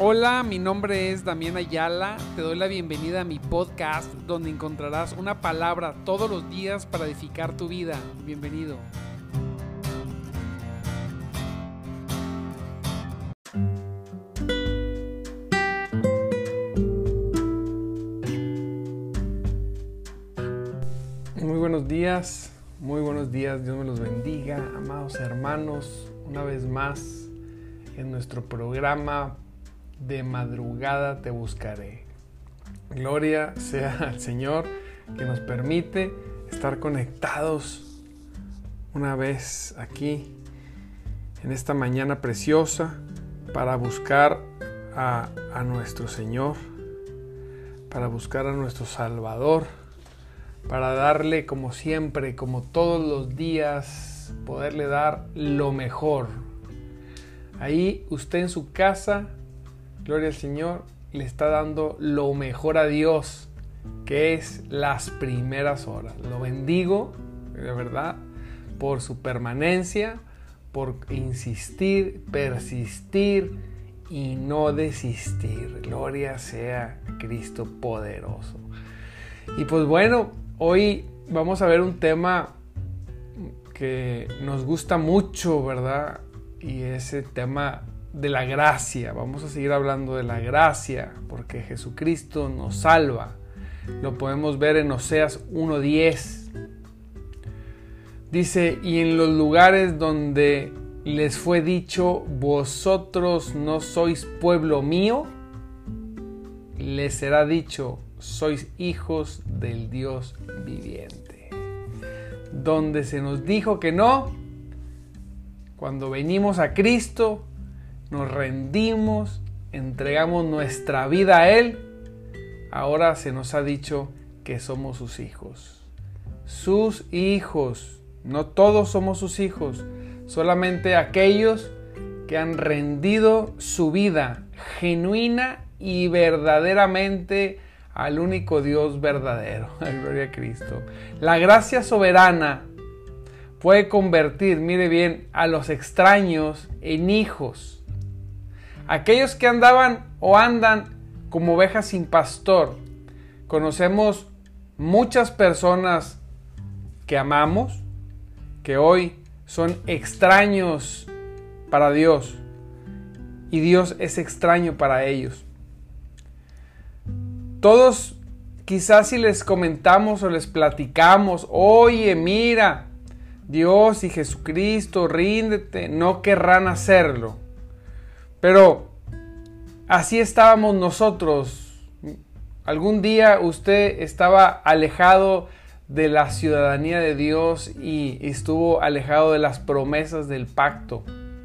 Hola, mi nombre es Damián Ayala, te doy la bienvenida a mi podcast donde encontrarás una palabra todos los días para edificar tu vida. Bienvenido. Muy buenos días, Dios me los bendiga, amados hermanos, una vez más en nuestro programa de madrugada te buscaré. Gloria sea al Señor que nos permite estar conectados una vez aquí en esta mañana preciosa para buscar a nuestro Señor, para buscar a nuestro Salvador, para darle como siempre, como todos los días, poderle dar lo mejor. Ahí usted en su casa, gloria al Señor, le está dando lo mejor a Dios, que es las primeras horas. Lo bendigo, de verdad, por su permanencia, por insistir, persistir y no desistir. Gloria sea Cristo poderoso. Y pues bueno, hoy vamos a ver un tema que nos gusta mucho, ¿verdad? Y ese tema de la gracia. Vamos a seguir hablando de la gracia porque Jesucristo nos salva. Lo podemos ver en Oseas 1:10. Dice, y en los lugares donde les fue dicho, vosotros no sois pueblo mío, les será dicho, sois hijos del Dios viviente. Donde se nos dijo que no, cuando venimos a Cristo, nos rendimos, entregamos nuestra vida a Él, ahora se nos ha dicho que somos sus hijos. Sus hijos, no todos somos sus hijos, solamente aquellos que han rendido su vida genuina y verdaderamente al único Dios verdadero. Gloria a Cristo. La gracia soberana puede convertir, mire bien, a los extraños en hijos. Aquellos que andaban o andan como ovejas sin pastor. Conocemos muchas personas que amamos, que hoy son extraños para Dios y Dios es extraño para ellos. Todos quizás si les comentamos o les platicamos, oye, mira, Dios y Jesucristo, ríndete, no querrán hacerlo. Pero así estábamos nosotros. Algún día usted estaba alejado de la ciudadanía de Dios y estuvo alejado de las promesas del pacto.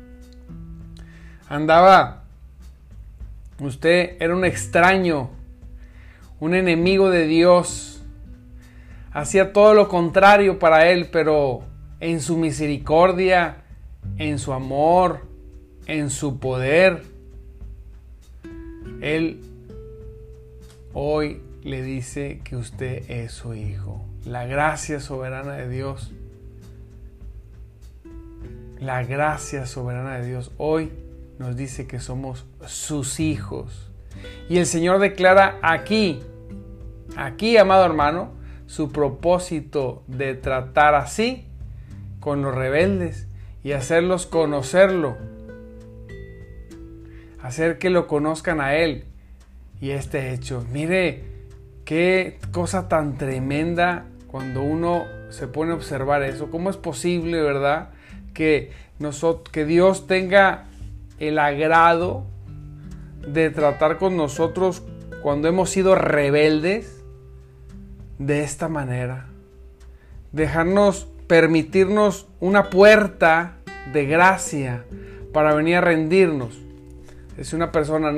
Usted era un extraño, un enemigo de Dios. Hacía todo lo contrario para Él, pero en su misericordia, en su amor, en su poder, Él hoy le dice que usted es su hijo. La gracia soberana de Dios, la gracia soberana de Dios hoy nos dice que somos sus hijos. Y el Señor declara aquí, amado hermano, su propósito de tratar así con los rebeldes y hacerlos conocerlo. Hacer que lo conozcan a Él y este hecho. Mire, qué cosa tan tremenda cuando uno se pone a observar eso. ¿Cómo es posible, verdad, que Dios tenga el agrado de tratar con nosotros cuando hemos sido rebeldes de esta manera? Permitirnos una puerta de gracia para venir a rendirnos. Es una persona,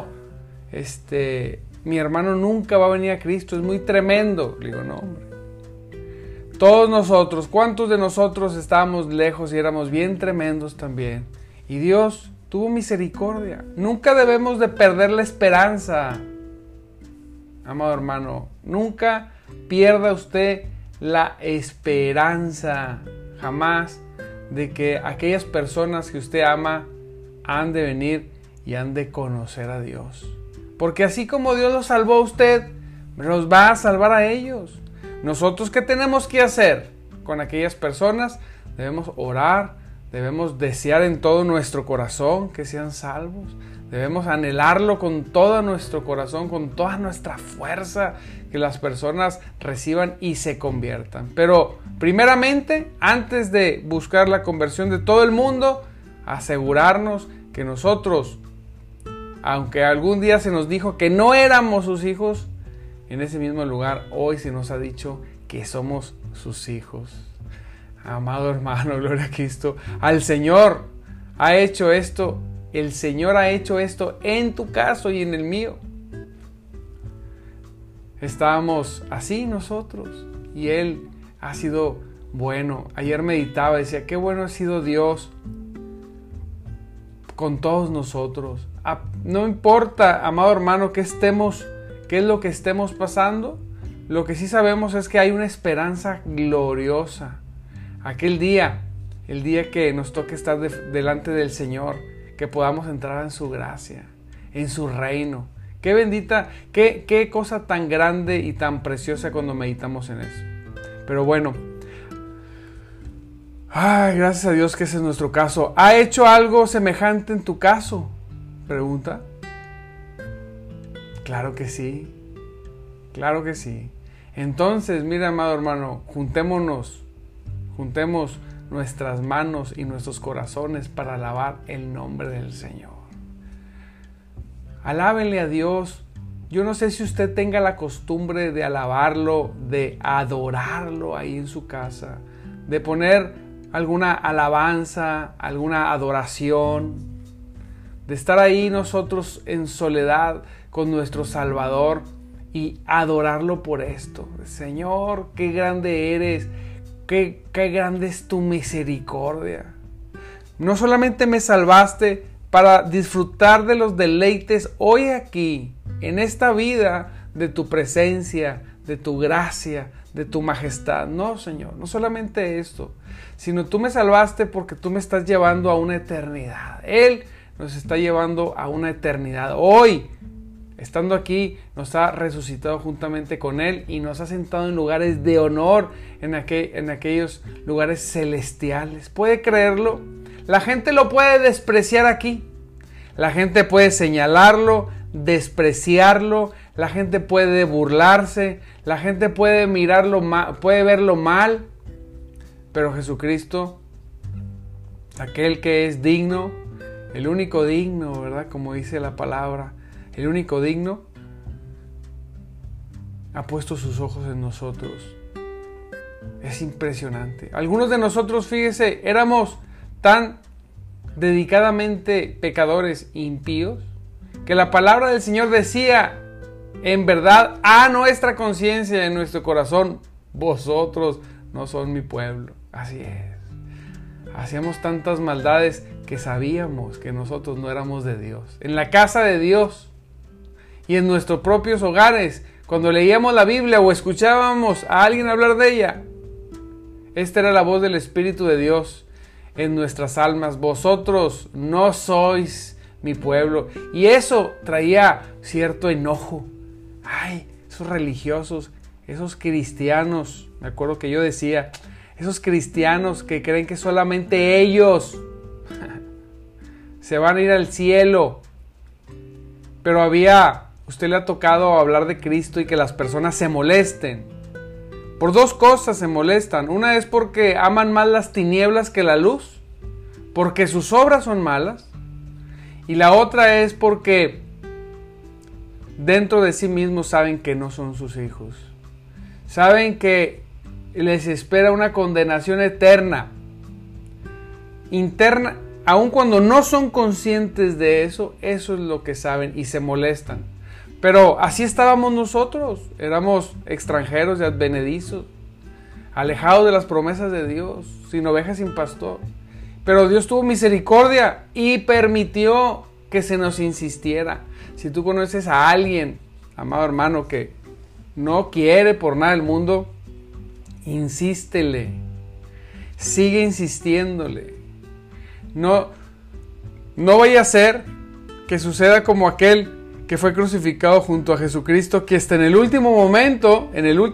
mi hermano nunca va a venir a Cristo, es muy tremendo. Le digo, no, hombre. Todos nosotros, ¿cuántos de nosotros estábamos lejos y éramos bien tremendos también? Y Dios tuvo misericordia. Nunca debemos de perder la esperanza, amado hermano. Nunca pierda usted la esperanza, jamás, de que aquellas personas que usted ama han de venir y han de conocer a Dios. Porque así como Dios los salvó a usted, los va a salvar a ellos. Nosotros, ¿qué tenemos que hacer con aquellas personas? Debemos orar, debemos desear en todo nuestro corazón que sean salvos. Debemos anhelarlo con todo nuestro corazón, con toda nuestra fuerza, que las personas reciban y se conviertan. Pero primeramente, antes de buscar la conversión de todo el mundo, asegurarnos que nosotros, aunque algún día se nos dijo que no éramos sus hijos, en ese mismo lugar hoy se nos ha dicho que somos sus hijos. Amado hermano, gloria a Cristo. Al Señor ha hecho esto. El Señor ha hecho esto en tu caso y en el mío. Estábamos así nosotros y Él ha sido bueno. Ayer meditaba, decía, qué bueno ha sido Dios con todos nosotros. No importa, amado hermano, qué es lo que estemos pasando. Lo que sí sabemos es que hay una esperanza gloriosa. Aquel día, el día que nos toque estar delante del Señor, que podamos entrar en su gracia, en su reino. Qué bendita, qué cosa tan grande y tan preciosa cuando meditamos en eso. Pero bueno, gracias a Dios que ese es nuestro caso. ¿Ha hecho algo semejante en tu caso? Pregunta. Claro que sí. Claro que sí. Entonces, mira, amado hermano, juntemos nuestras manos y nuestros corazones para alabar el nombre del Señor. Alábenle a Dios. Yo no sé si usted tenga la costumbre de alabarlo, de adorarlo ahí en su casa, de poner alguna alabanza, alguna adoración, de estar ahí nosotros en soledad con nuestro Salvador y adorarlo por esto. Señor, qué grande eres, qué grande es tu misericordia. No solamente me salvaste para disfrutar de los deleites hoy aquí, en esta vida, de tu presencia, de tu gracia, de tu majestad. No, Señor, no solamente esto, sino tú me salvaste porque tú me estás llevando a una eternidad. Él nos está llevando a una eternidad. Hoy, estando aquí, nos ha resucitado juntamente con Él y nos ha sentado en lugares de honor, en aquellos lugares celestiales. ¿Puede creerlo? La gente lo puede despreciar aquí. La gente puede señalarlo, despreciarlo. La gente puede burlarse. La gente puede mirarlo mal, puede verlo mal. Pero Jesucristo, aquel que es digno, el único digno, ¿verdad? Como dice la palabra, el único digno, ha puesto sus ojos en nosotros. Es impresionante. Algunos de nosotros, fíjese, éramos tan dedicadamente pecadores impíos que la palabra del Señor decía, en verdad, a nuestra conciencia, en nuestro corazón, vosotros no son mi pueblo. Así es. Hacíamos tantas maldades que sabíamos que nosotros no éramos de Dios. En la casa de Dios y en nuestros propios hogares, cuando leíamos la Biblia o escuchábamos a alguien hablar de ella, esta era la voz del Espíritu de Dios en nuestras almas. Vosotros no sois mi pueblo. Y eso traía cierto enojo. Ay, esos religiosos, esos cristianos, me acuerdo que yo decía, esos cristianos que creen que solamente ellos se van a ir al cielo. Pero usted le ha tocado hablar de Cristo y que las personas se molesten. Por dos cosas se molestan. Una es porque aman más las tinieblas que la luz, porque sus obras son malas. Y la otra es porque dentro de sí mismos saben que no son sus hijos. Saben que les espera una condenación eterna, interna, aun cuando no son conscientes de eso. Eso es lo que saben y se molestan. Pero así estábamos nosotros, éramos extranjeros y advenedizos, alejados de las promesas de Dios, sin ovejas, sin pastor. Pero Dios tuvo misericordia y permitió que se nos insistiera. Si tú conoces a alguien, amado hermano, que no quiere por nada del mundo, insístele, sigue insistiéndole. No vaya a ser que suceda como aquel que fue crucificado junto a Jesucristo, que hasta en el último momento,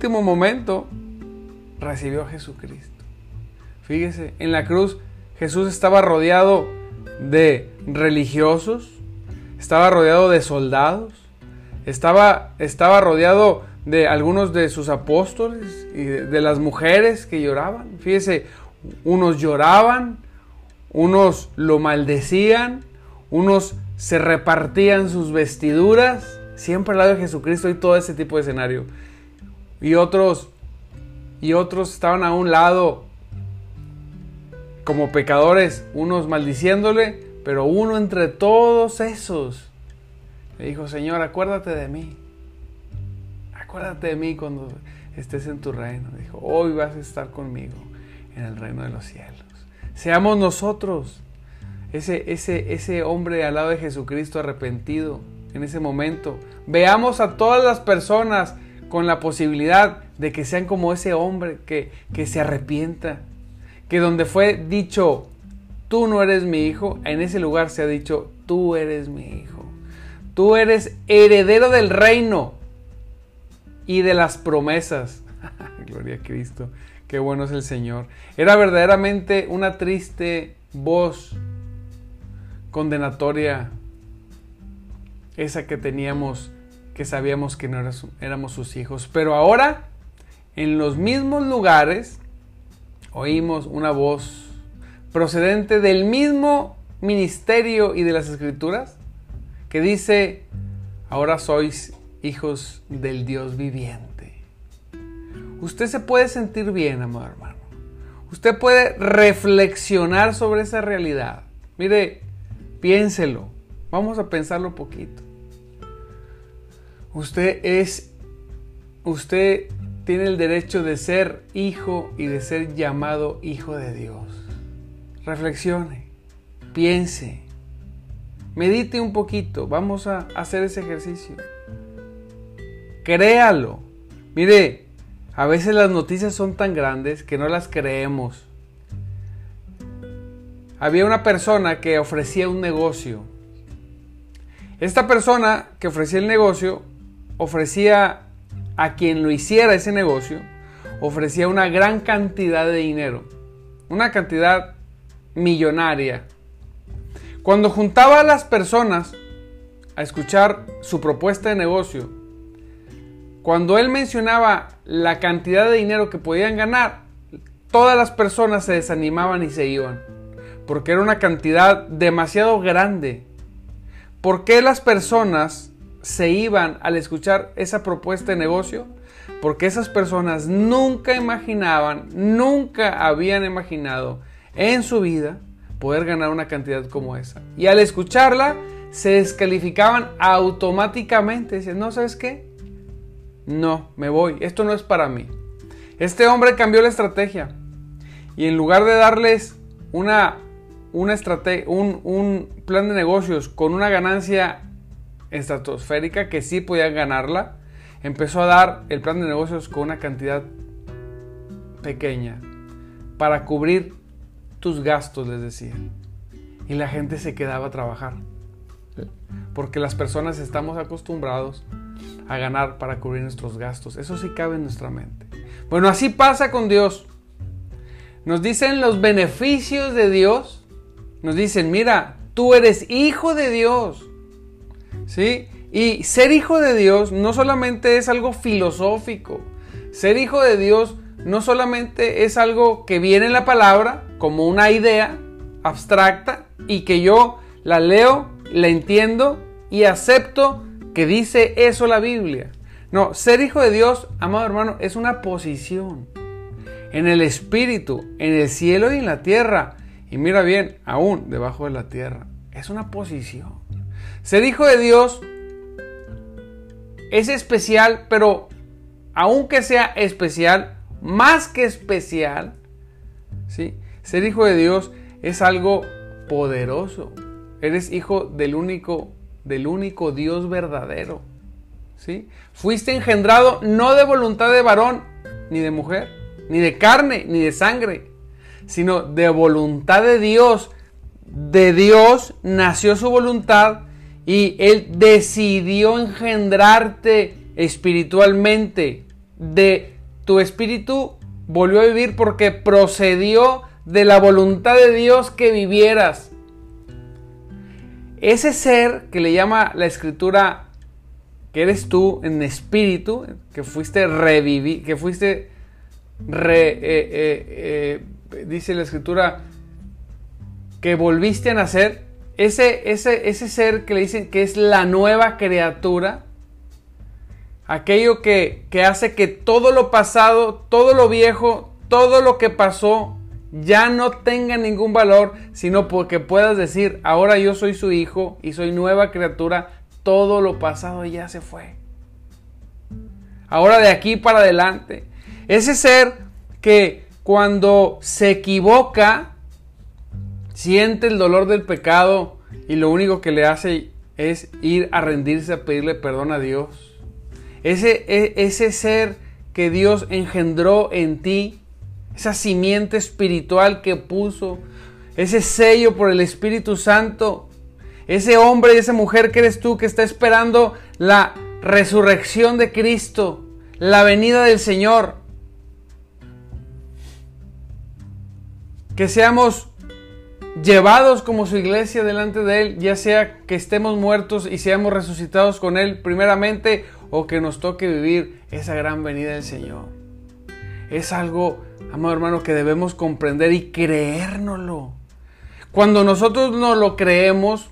recibió a Jesucristo. Fíjese, en la cruz Jesús estaba rodeado de religiosos, estaba rodeado de soldados, estaba rodeado de algunos de sus apóstoles y de las mujeres que lloraban. Fíjese, unos lloraban, unos lo maldecían, unos se repartían sus vestiduras, siempre al lado de Jesucristo, y todo ese tipo de escenario. Y otros estaban a un lado como pecadores, unos maldiciéndole, pero uno entre todos esos le dijo: Señor, acuérdate de mí. Acuérdate de mí cuando estés en tu reino. Dijo: hoy vas a estar conmigo en el reino de los cielos. Seamos nosotros ese hombre al lado de Jesucristo arrepentido en ese momento. Veamos a todas las personas con la posibilidad de que sean como ese hombre que se arrepienta. Que donde fue dicho: tú no eres mi hijo, en ese lugar se ha dicho: tú eres mi hijo. Tú eres heredero del reino y de las promesas. Gloria a Cristo. Qué bueno es el Señor. Era verdaderamente una triste voz condenatoria esa que teníamos, que sabíamos que no éramos sus hijos. Pero ahora, en los mismos lugares, oímos una voz procedente del mismo ministerio y de las Escrituras que dice: ahora sois hijos del Dios viviente. Usted se puede sentir bien, amado hermano. Usted puede reflexionar sobre esa realidad. Mire, piénselo. Vamos a pensarlo un poquito. Usted tiene el derecho de ser hijo y de ser llamado hijo de Dios. Reflexione, piense, medite un poquito. Vamos a hacer ese ejercicio. Créalo. Mire, a veces las noticias son tan grandes que no las creemos. Había una persona que ofrecía un negocio. Esta persona que ofrecía el negocio ofrecía a quien lo hiciera ese negocio, ofrecía una gran cantidad de dinero, una cantidad millonaria. Cuando juntaba a las personas a escuchar su propuesta de negocio, cuando él mencionaba la cantidad de dinero que podían ganar, todas las personas se desanimaban y se iban, porque era una cantidad demasiado grande. ¿Por qué las personas se iban al escuchar esa propuesta de negocio? Porque esas personas nunca habían imaginado en su vida poder ganar una cantidad como esa. Y al escucharla, se descalificaban automáticamente. Decían: no, ¿sabes qué? No, me voy. Esto no es para mí. Este hombre cambió la estrategia. Y en lugar de darles un plan de negocios con una ganancia estratosférica, que sí podían ganarla, empezó a dar el plan de negocios con una cantidad pequeña para cubrir tus gastos, les decía. Y la gente se quedaba a trabajar, porque las personas estamos acostumbrados a ganar para cubrir nuestros gastos. Eso sí cabe en nuestra mente. Bueno, así pasa con Dios. Nos dicen los beneficios de Dios. Nos dicen: mira, tú eres hijo de Dios. ¿Sí? Y ser hijo de Dios no solamente es algo filosófico. Ser hijo de Dios no solamente es algo que viene en la palabra como una idea abstracta y que yo la leo, la entiendo y acepto que dice eso la Biblia. No, ser hijo de Dios, amado hermano, es una posición en el espíritu, en el cielo y en la tierra. Y mira bien, aún debajo de la tierra. Es una posición. Ser hijo de Dios es especial, pero aunque sea especial, más que especial, ¿sí? Ser hijo de Dios es algo poderoso. Eres hijo del único Dios verdadero, ¿sí? Fuiste engendrado no de voluntad de varón ni de mujer, ni de carne ni de sangre, sino de voluntad de Dios. De Dios nació su voluntad Y Él decidió engendrarte espiritualmente. De tu espíritu volvió a vivir porque procedió de la voluntad de Dios que vivieras. Ese ser que le llama la Escritura que eres tú en espíritu, que fuiste dice la Escritura que volviste a nacer, ese ser que le dicen que es la nueva criatura, aquello que hace que todo lo pasado, todo lo viejo, todo lo que pasó ya no tenga ningún valor, sino porque puedas decir, ahora yo soy su hijo y soy nueva criatura, todo lo pasado ya se fue. Ahora de aquí para adelante. Ese ser que cuando se equivoca, siente el dolor del pecado y lo único que le hace es ir a rendirse a pedirle perdón a Dios. Ese ser que Dios engendró en ti, esa simiente espiritual que puso, ese sello por el Espíritu Santo, ese hombre y esa mujer que eres tú que está esperando la resurrección de Cristo, la venida del Señor. Que seamos llevados como su iglesia delante de Él, ya sea que estemos muertos y seamos resucitados con Él primeramente, o que nos toque vivir esa gran venida del Señor. Es algo, amado hermano, que debemos comprender y creérnoslo. Cuando nosotros no lo creemos,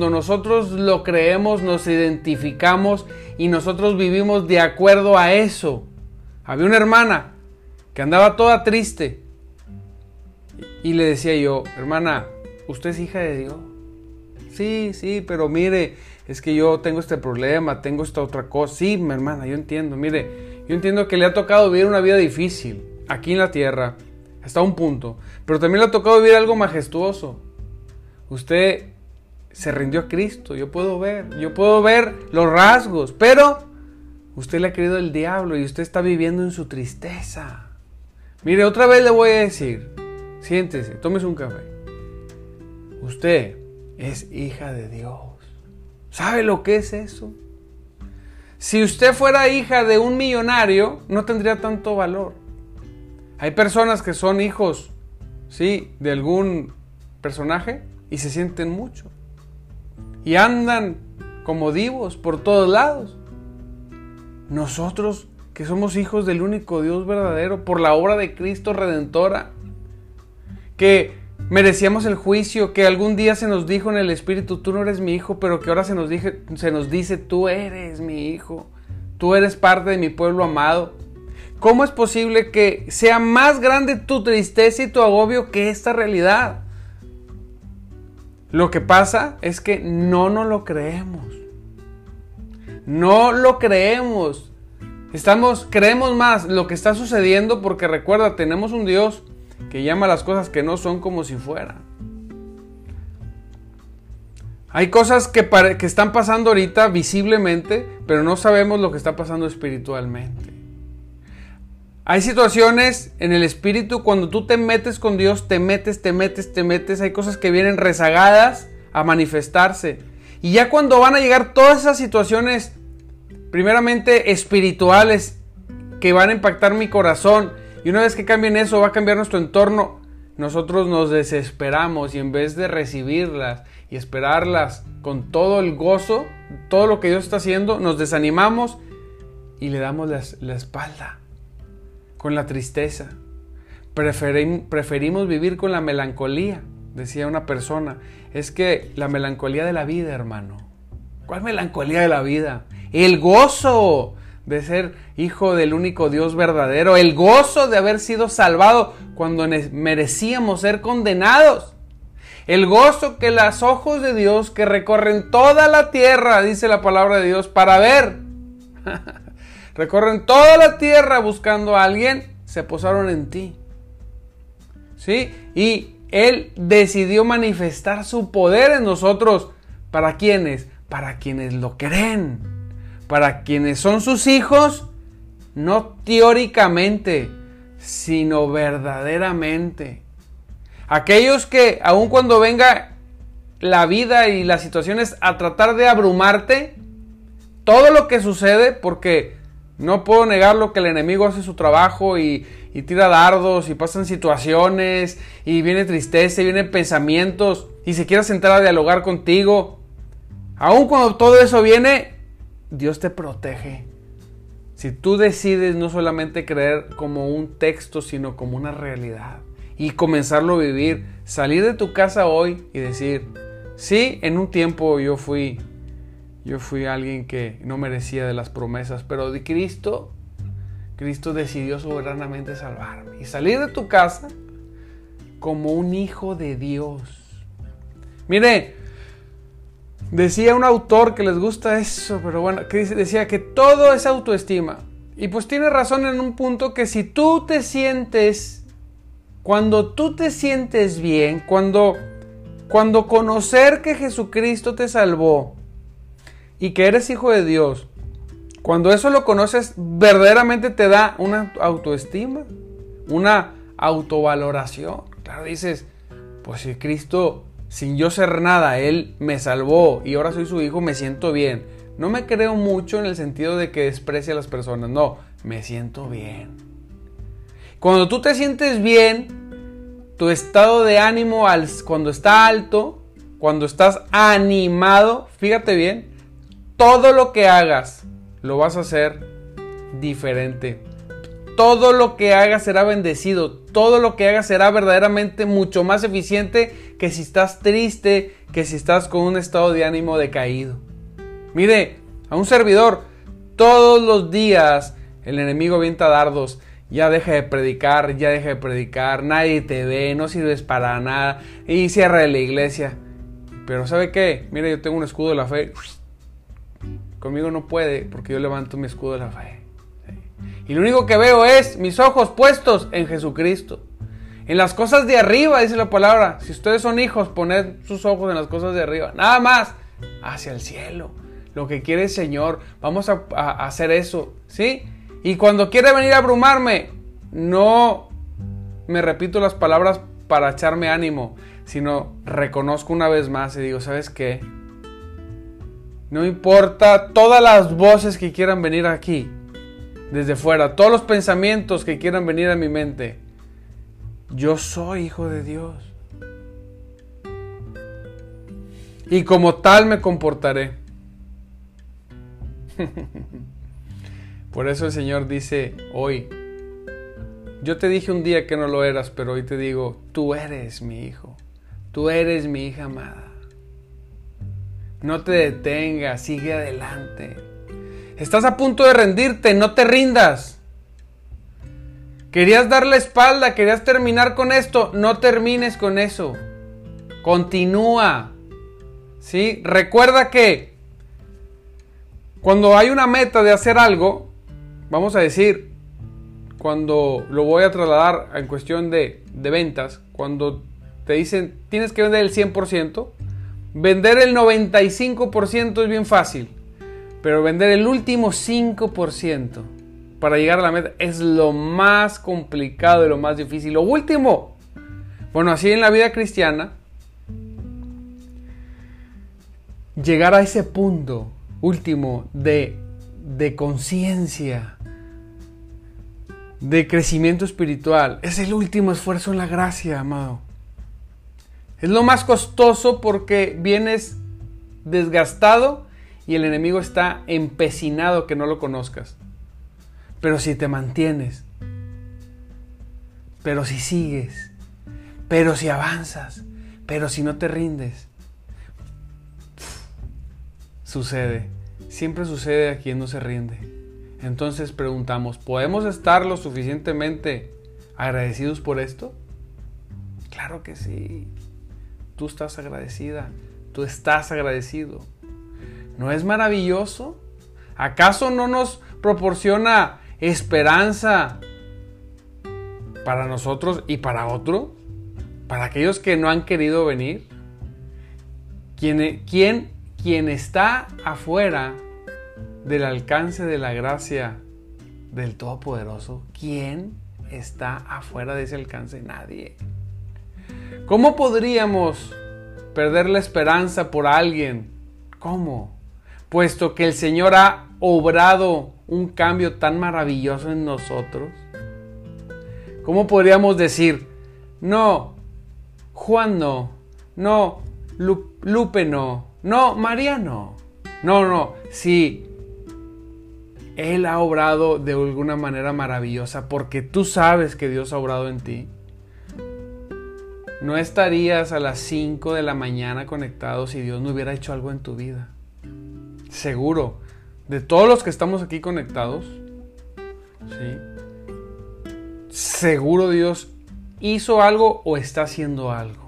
nos identificamos y nosotros vivimos de acuerdo a eso. Había una hermana que andaba toda triste y le decía yo, hermana, ¿usted es hija de Dios? Sí, pero mire, es que yo tengo este problema, tengo esta otra cosa. Sí, mi hermana, yo entiendo, mire, yo entiendo que le ha tocado vivir una vida difícil aquí en la tierra, hasta un punto, pero también le ha tocado vivir algo majestuoso. Usted se rindió a Cristo, yo puedo ver los rasgos, pero usted le ha querido el diablo y usted está viviendo en su tristeza. Mire, otra vez le voy a decir, siéntese, tómese un café. Usted es hija de Dios. ¿Sabe lo que es eso? Si usted fuera hija de un millonario, no tendría tanto valor. Hay personas que son hijos, sí, de algún personaje y se sienten mucho. Y andan como divos por todos lados. Nosotros, que somos hijos del único Dios verdadero, por la obra de Cristo redentora, que merecíamos el juicio, que algún día se nos dijo en el Espíritu, tú no eres mi hijo, pero que ahora se nos dice, tú eres mi hijo, tú eres parte de mi pueblo amado. ¿Cómo es posible que sea más grande tu tristeza y tu agobio que esta realidad? Lo que pasa es que no nos lo creemos. No lo creemos. Creemos más lo que está sucediendo porque recuerda, tenemos un Dios que llama las cosas que no son como si fueran. Hay cosas que están pasando ahorita visiblemente, pero no sabemos lo que está pasando espiritualmente. Hay situaciones en el espíritu, cuando tú te metes con Dios, te metes, hay cosas que vienen rezagadas a manifestarse. Y ya cuando van a llegar todas esas situaciones, primeramente espirituales, que van a impactar mi corazón, y una vez que cambien eso, va a cambiar nuestro entorno, nosotros nos desesperamos y en vez de recibirlas y esperarlas con todo el gozo, todo lo que Dios está haciendo, nos desanimamos y le damos la espalda. Con la tristeza. Preferimos vivir con la melancolía, decía una persona. Es que la melancolía de la vida, hermano. ¿Cuál melancolía de la vida? El gozo de ser hijo del único Dios verdadero. El gozo de haber sido salvado cuando merecíamos ser condenados. El gozo que los ojos de Dios que recorren toda la tierra, dice la palabra de Dios, para ver. Recorren toda la tierra buscando a alguien, se posaron en ti. ¿Sí? Y Él decidió manifestar su poder en nosotros. ¿Para quiénes? Para quienes lo creen. Para quienes son sus hijos, no teóricamente, sino verdaderamente. Aquellos que, aun cuando venga la vida y las situaciones a tratar de abrumarte, todo lo que sucede, porque no puedo negar lo que el enemigo hace su trabajo y tira dardos y pasan situaciones y viene tristeza y vienen pensamientos y se quiere sentar a dialogar contigo. Aun cuando todo eso viene, Dios te protege. Si tú decides no solamente creer como un texto, sino como una realidad y comenzarlo a vivir, salir de tu casa hoy y decir, sí, en un tiempo yo fui alguien que no merecía de las promesas, pero de Cristo decidió soberanamente salvarme. Y salir de tu casa como un hijo de Dios. Mire, decía un autor que les gusta eso, pero bueno, que decía que todo es autoestima. Y pues tiene razón en un punto, que si tú te sientes, cuando tú te sientes bien, cuando conocer que Jesucristo te salvó y que eres hijo de Dios, cuando eso lo conoces, verdaderamente te da una autoestima, una autovaloración. Claro, dices, pues si Cristo, sin yo ser nada, Él me salvó y ahora soy su hijo, me siento bien. No me creo mucho en el sentido de que desprecie a las personas, no, me siento bien. Cuando tú te sientes bien, tu estado de ánimo cuando está alto, cuando estás animado, fíjate bien, todo lo que hagas lo vas a hacer diferente. Todo lo que hagas será bendecido. Todo lo que hagas será verdaderamente mucho más eficiente que si estás triste, que si estás con un estado de ánimo decaído. Mire, a un servidor, todos los días el enemigo avienta dardos. Ya deja de predicar, nadie te ve, no sirves para nada y cierra la iglesia. Pero ¿sabe qué? Mire, yo tengo un escudo de la fe. Conmigo no puede, porque yo levanto mi escudo de la fe. Y lo único que veo es mis ojos puestos en Jesucristo. En las cosas de arriba, dice la palabra. Si ustedes son hijos, poned sus ojos en las cosas de arriba. Nada más, hacia el cielo. Lo que quiere el Señor. Vamos a hacer eso, ¿sí? Y cuando quiere venir a abrumarme, no me repito las palabras para echarme ánimo, sino reconozco una vez más y digo, ¿sabes qué? No importa todas las voces que quieran venir aquí, desde fuera, todos los pensamientos que quieran venir a mi mente. Yo soy hijo de Dios. Y como tal me comportaré. Por eso el Señor dice hoy, yo te dije un día que no lo eras, pero hoy te digo, tú eres mi hijo. Tú eres mi hija amada. No te detengas, sigue adelante. Estás a punto de rendirte, no te rindas. Querías dar la espalda, querías terminar con esto, no termines con eso. Continúa. ¿Sí? Recuerda que cuando hay una meta de hacer algo, vamos a decir, cuando lo voy a trasladar en cuestión de ventas, cuando te dicen tienes que vender el 100%, vender el 95% es bien fácil, pero vender el último 5% para llegar a la meta es lo más complicado y lo más difícil. Lo último, bueno, así en la vida cristiana, llegar a ese punto último de conciencia, de crecimiento espiritual, es el último esfuerzo en la gracia, amado. Es lo más costoso porque vienes desgastado y el enemigo está empecinado que no lo conozcas. Pero si te mantienes, pero si sigues, pero si avanzas, pero si no te rindes, sucede. Siempre sucede a quien no se rinde. Entonces preguntamos, ¿podemos estar lo suficientemente agradecidos por esto? Claro que sí. Tú estás agradecida. Tú estás agradecido. ¿No es maravilloso? ¿Acaso no nos proporciona esperanza para nosotros y para otros? ¿Para aquellos que no han querido venir? ¿Quién está afuera del alcance de la gracia del Todopoderoso? ¿Quién está afuera de ese alcance? Nadie. ¿Cómo podríamos perder la esperanza por alguien. ¿Cómo? Puesto que el Señor ha obrado un cambio tan maravilloso en nosotros. ¿Cómo podríamos decir, no, Juan no, no, Lupe no, no, María no? No, sí, Él ha obrado de alguna manera maravillosa porque tú sabes que Dios ha obrado en ti. No estarías a las 5 de la mañana conectado si Dios no hubiera hecho algo en tu vida. Seguro, de todos los que estamos aquí conectados, ¿sí? Seguro Dios hizo algo o está haciendo algo.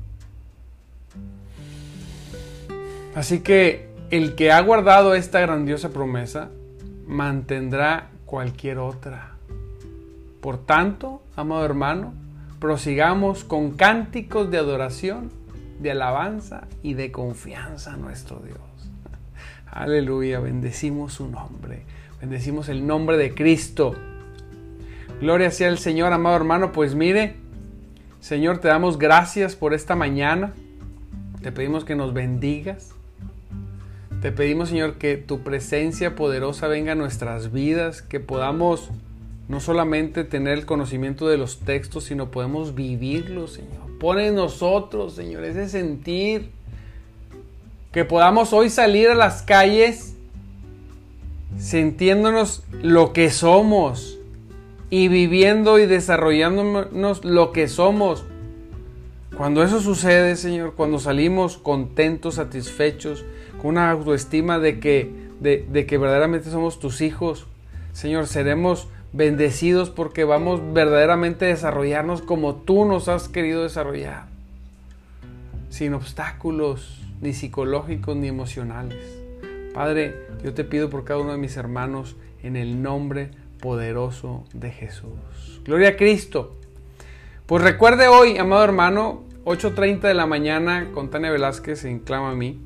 Así que el que ha guardado esta grandiosa promesa mantendrá cualquier otra. Por tanto, amado hermano, prosigamos con cánticos de adoración, de alabanza y de confianza a nuestro Dios. Aleluya, bendecimos su nombre, bendecimos el nombre de Cristo. Gloria sea al Señor, amado hermano. Pues mire, Señor, te damos gracias por esta mañana. Te pedimos que nos bendigas. Te pedimos, Señor, que tu presencia poderosa venga a nuestras vidas, que podamos no solamente tener el conocimiento de los textos, sino podemos vivirlos, Señor. Pon en nosotros, Señor, ese sentir. Que podamos hoy salir a las calles sintiéndonos lo que somos y viviendo y desarrollándonos lo que somos. Cuando eso sucede, Señor, cuando salimos contentos, satisfechos, con una autoestima de que verdaderamente somos tus hijos, Señor, seremos bendecidos porque vamos verdaderamente a desarrollarnos como tú nos has querido desarrollar, sin obstáculos ni psicológicos ni emocionales. Padre, yo te pido por cada uno de mis hermanos en el nombre poderoso de Jesús. Gloria a Cristo. Pues recuerde hoy, amado hermano, 8:30 de la mañana con Tania Velázquez en Clama a mí.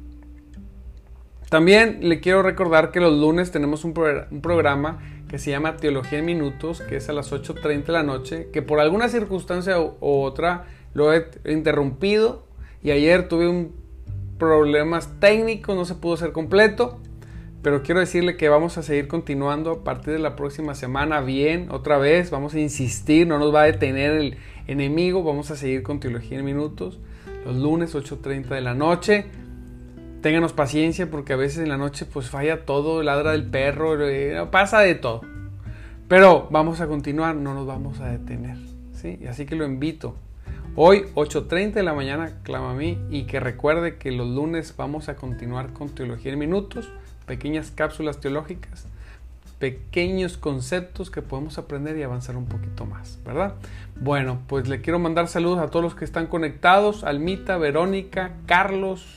También le quiero recordar que los lunes tenemos un programa que se llama Teología en Minutos, que es a las 8:30 de la noche, que por alguna circunstancia u otra lo he interrumpido y ayer tuve problemas técnicos, no se pudo hacer completo, pero quiero decirle que vamos a seguir continuando a partir de la próxima semana bien, otra vez, vamos a insistir, no nos va a detener el enemigo, vamos a seguir con Teología en Minutos, los lunes 8:30 de la noche. Ténganos paciencia porque a veces en la noche pues falla todo, ladra el perro, pasa de todo. Pero vamos a continuar, no nos vamos a detener, ¿sí? Así que lo invito. Hoy 8:30 de la mañana clama a mí y que recuerde que los lunes vamos a continuar con Teología en Minutos, pequeñas cápsulas teológicas, pequeños conceptos que podemos aprender y avanzar un poquito más, ¿verdad? Bueno, pues le quiero mandar saludos a todos los que están conectados, Almita, Verónica, Carlos,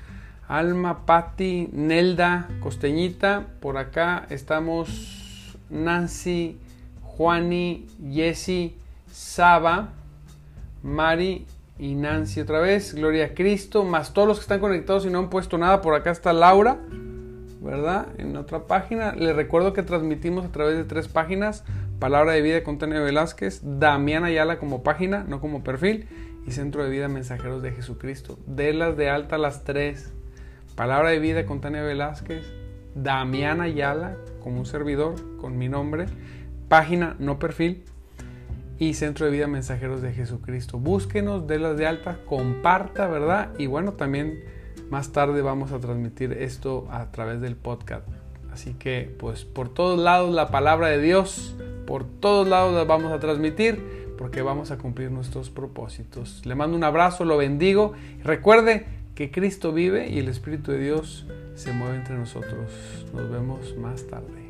Alma, Patti, Nelda, Costeñita, por acá estamos Nancy, Juani, Jessy, Saba, Mari y Nancy otra vez, Gloria a Cristo, más todos los que están conectados y no han puesto nada. Por acá está Laura, ¿verdad? En otra página. Les recuerdo que transmitimos a través de 3 páginas: Palabra de Vida con Tania Velázquez, Damián Ayala como página, no como perfil, y Centro de Vida Mensajeros de Jesucristo. Delas de alta las 3. Palabra de Vida con Tania Velázquez, Damián Ayala como un servidor con mi nombre, página no perfil, y Centro de Vida Mensajeros de Jesucristo. Búsquenos, delas de alta, comparta, ¿verdad? Y bueno, también más tarde vamos a transmitir esto a través del podcast. Así que pues por todos lados la palabra de Dios, por todos lados la vamos a transmitir porque vamos a cumplir nuestros propósitos. Le mando un abrazo, lo bendigo. Recuerde que Cristo vive y el Espíritu de Dios se mueve entre nosotros. Nos vemos más tarde.